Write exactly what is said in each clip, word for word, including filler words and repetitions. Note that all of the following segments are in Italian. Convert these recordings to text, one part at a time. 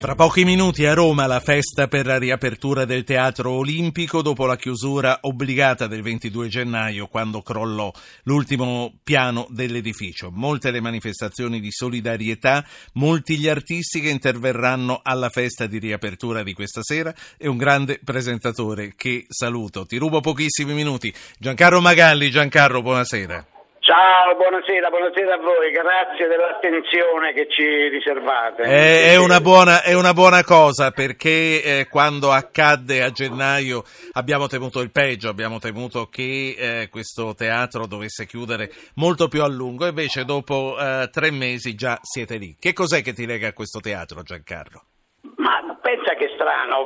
Tra pochi minuti a Roma la festa per la riapertura del Teatro Olimpico dopo la chiusura obbligata del ventidue gennaio quando crollò l'ultimo piano dell'edificio. Molte le manifestazioni di solidarietà, molti gli artisti che interverranno alla festa di riapertura di questa sera e un grande presentatore che saluto. Ti rubo pochissimi minuti. Giancarlo Magalli. Giancarlo, buonasera. Ciao, buonasera, buonasera a voi, grazie dell'attenzione che ci riservate. È, è, una, buona, è una buona cosa perché eh, quando accadde a gennaio abbiamo temuto il peggio, abbiamo temuto che eh, questo teatro dovesse chiudere molto più a lungo, invece dopo eh, tre mesi già siete lì. Che cos'è che ti lega a questo teatro, Giancarlo? Ma pensa che strano,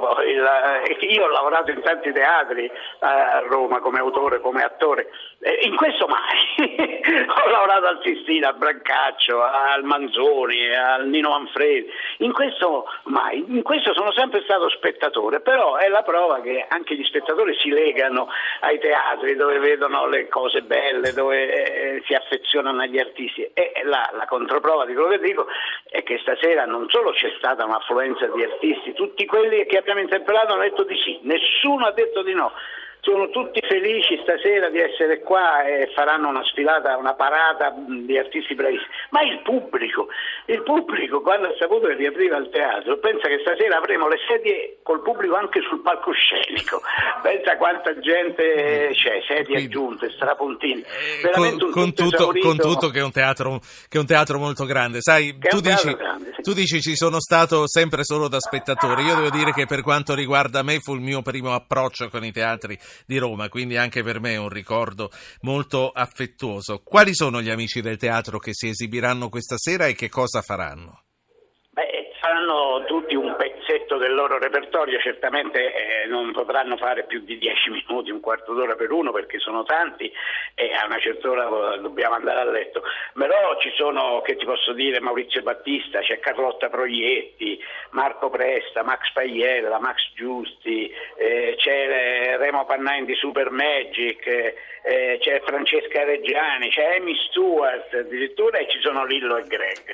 il, io ho lavorato in tanti teatri a Roma come autore, come attore, in questo mai, ho lavorato al Sistina, al Brancaccio, al Manzoni, al Nino Manfredi, in questo mai, in questo sono sempre stato spettatore, però è la prova che anche gli spettatori si legano ai teatri dove vedono le cose belle, dove eh, si affezionano agli artisti e la, la controprova di quello che dico è che stasera non solo c'è stata un'affluenza di artisti, tutti quelli che abbiamo interpellato hanno detto di sì, nessuno ha detto di no. Sono tutti felici stasera di essere qua e faranno una sfilata, una parata di artisti bravissimi. Ma il pubblico, il pubblico quando ha saputo che riapriva il teatro, pensa che stasera avremo le sedie col pubblico anche sul palcoscenico. Pensa quanta gente c'è, sedie aggiunte, strapuntini. Con, con, tutto, con tutto che è un teatro, che è un teatro molto grande. Sai, tu dici, grande, sì. tu dici ci sono stato sempre solo da spettatore. Io devo dire che per quanto riguarda me fu il mio primo approccio con i teatri di Roma, quindi anche per me è un ricordo molto affettuoso. Quali sono gli amici del teatro che si esibiranno questa sera e che cosa faranno? Beh, faranno tutti un pezzetto del loro repertorio, certamente eh, non potranno fare più di dieci minuti, un quarto d'ora per uno perché sono tanti e a una certa ora dobbiamo andare a letto, però ci sono, che ti posso dire, Maurizio Battista, c'è Carlotta Proietti, Marco Presta, Max Paiella, Max Giusti, eh, c'è Remo Pannain di Super Magic, eh, c'è Francesca Reggiani, c'è Amy Stewart addirittura e ci sono Lillo e Greg.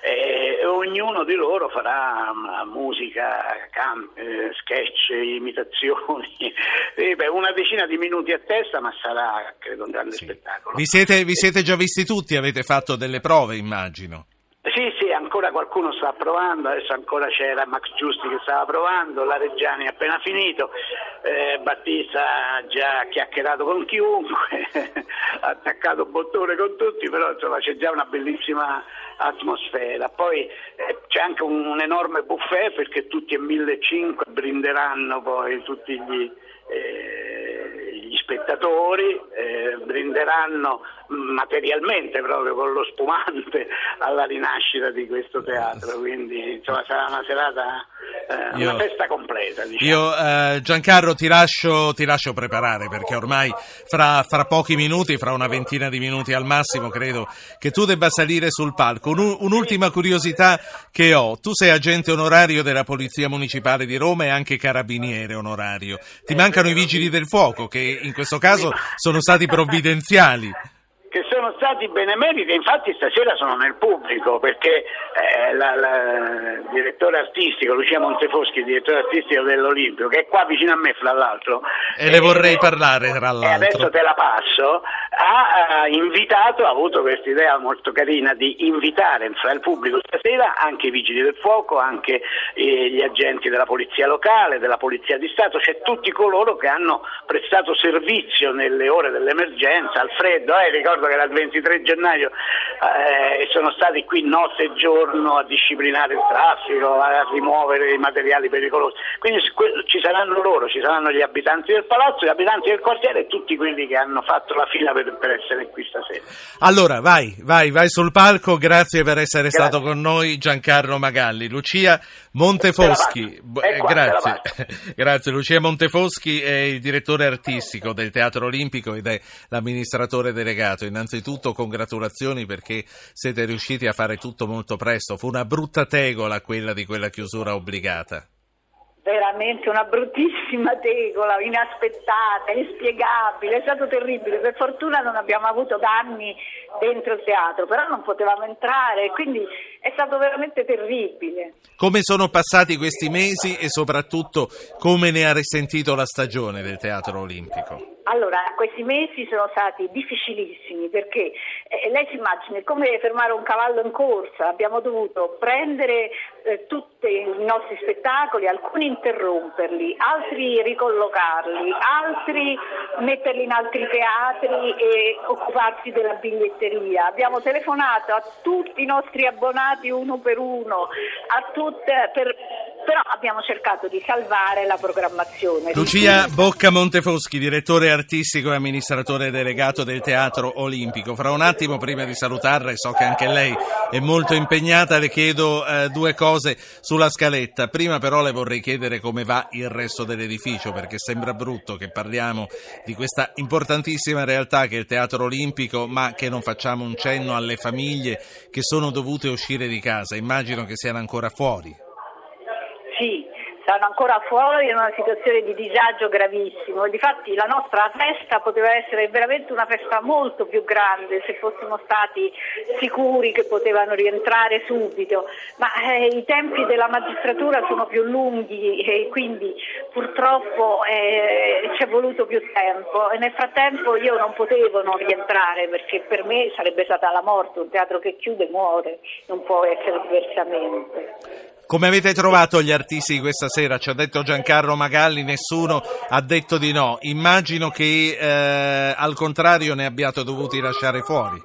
Eh, ognuno di loro farà musica, camp, eh, sketch, imitazioni, eh, beh, una decina di minuti a testa, ma sarà credo un grande sì. spettacolo. Vi siete, vi siete già visti tutti? Avete fatto delle prove, immagino? Sì, sì, ancora qualcuno sta provando, adesso ancora c'era Max Giusti che stava provando, la Reggiani ha appena finito, eh, Battista ha già chiacchierato con chiunque, ha attaccato bottone con tutti, però insomma c'è già una bellissima atmosfera. Poi eh, c'è anche un, un enorme buffet perché tutti e millecinquecento brinderanno poi tutti gli... Eh, gli spettatori eh, brinderanno materialmente proprio con lo spumante alla rinascita di questo teatro, quindi insomma sarà una serata eh, io, una festa completa, diciamo. Io eh, Giancarlo ti lascio, ti lascio preparare perché ormai fra, fra pochi minuti, fra una ventina di minuti al massimo credo che tu debba salire sul palco. Un, un'ultima curiosità che ho: tu sei agente onorario della Polizia Municipale di Roma e anche carabiniere onorario, ti mancano i vigili del fuoco che in questo caso sono stati provvidenziali. Che sono stati benemeriti, infatti stasera sono nel pubblico perché eh, la, la, il direttore artistico, Lucia Montefoschi, direttore artistico dell'Olimpico, che è qua vicino a me fra l'altro, e le vorrei eh, parlare tra l'altro, e adesso te la passo, ha, ha invitato, ha avuto questa idea molto carina di invitare fra il pubblico stasera anche i vigili del fuoco, anche eh, gli agenti della polizia locale, della polizia di Stato, cioè tutti coloro che hanno prestato servizio nelle ore dell'emergenza, al freddo, eh, ricordo che era il ventitré gennaio e eh, sono stati qui notte e giorno a disciplinare il traffico, a rimuovere i materiali pericolosi, quindi ci saranno loro, ci saranno gli abitanti del palazzo, gli abitanti del quartiere e tutti quelli che hanno fatto la fila per, per essere qui stasera. Allora vai, vai, vai sul palco, grazie per essere grazie. stato con noi Giancarlo Magalli. Lucia Montefoschi, eh, qua, grazie, grazie. Lucia Montefoschi è il direttore artistico del Teatro Olimpico ed è l'amministratore delegato. Innanzitutto congratulazioni perché siete riusciti a fare tutto molto presto, fu una brutta tegola quella di quella chiusura obbligata. Veramente una bruttissima tegola, inaspettata, inspiegabile, è stato terribile. Per fortuna non abbiamo avuto danni dentro il teatro, però non potevamo entrare, quindi è stato veramente terribile. Come sono passati questi mesi e soprattutto come ne ha risentito la stagione del Teatro Olimpico? Allora, questi mesi sono stati difficilissimi perché eh, lei si immagina, è come fermare un cavallo in corsa. Abbiamo dovuto prendere eh, tutti i nostri spettacoli, alcuni interromperli, altri ricollocarli, altri metterli in altri teatri e occuparsi della biglietteria. Abbiamo telefonato a tutti i nostri abbonati uno per uno, a tutte, per, però abbiamo cercato di salvare la programmazione. Lucia Bocca Montefoschi, direttore artistico e amministratore delegato del Teatro Olimpico. Fra un attimo, prima di salutarla, so che anche lei è molto impegnata, le chiedo eh, due cose sulla scaletta. Prima però le vorrei chiedere come va il resto dell'edificio, perché sembra brutto che parliamo di questa importantissima realtà che è il Teatro Olimpico, ma che non facciamo un cenno alle famiglie che sono dovute uscire di casa. Immagino che siano ancora fuori. Sì, stanno ancora fuori in una situazione di disagio gravissimo. Difatti la nostra festa poteva essere veramente una festa molto più grande se fossimo stati sicuri che potevano rientrare subito, ma eh, i tempi della magistratura sono più lunghi e quindi purtroppo eh, ci è voluto più tempo e nel frattempo io non potevo non rientrare perché per me sarebbe stata la morte, un teatro che chiude muore, non può essere diversamente. Come avete trovato gli artisti di questa sera? Ci ha detto Giancarlo Magalli, nessuno ha detto di no. Immagino che eh, al contrario ne abbiate dovuti lasciare fuori.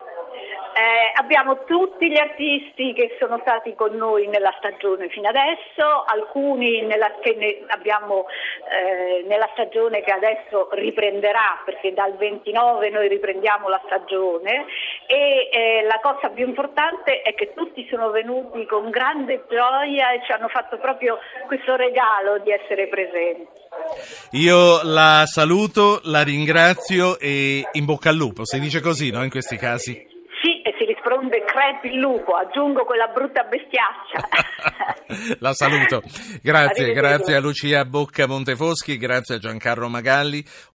Eh, abbiamo tutti gli artisti che sono stati con noi nella stagione fino adesso, alcuni nella, che ne abbiamo eh, nella stagione che adesso riprenderà, perché dal ventinove noi riprendiamo la stagione e eh, la cosa più importante è che tutti sono venuti con grande gioia e ci hanno fatto proprio questo regalo di essere presenti. Io la saluto, la ringrazio e in bocca al lupo, si dice così, no, in questi casi? Sì, e si risponde crepi il lupo, aggiungo quella brutta bestiaccia. La saluto. Grazie, grazie a Lucia Bocca Montefoschi, grazie a Giancarlo Magalli.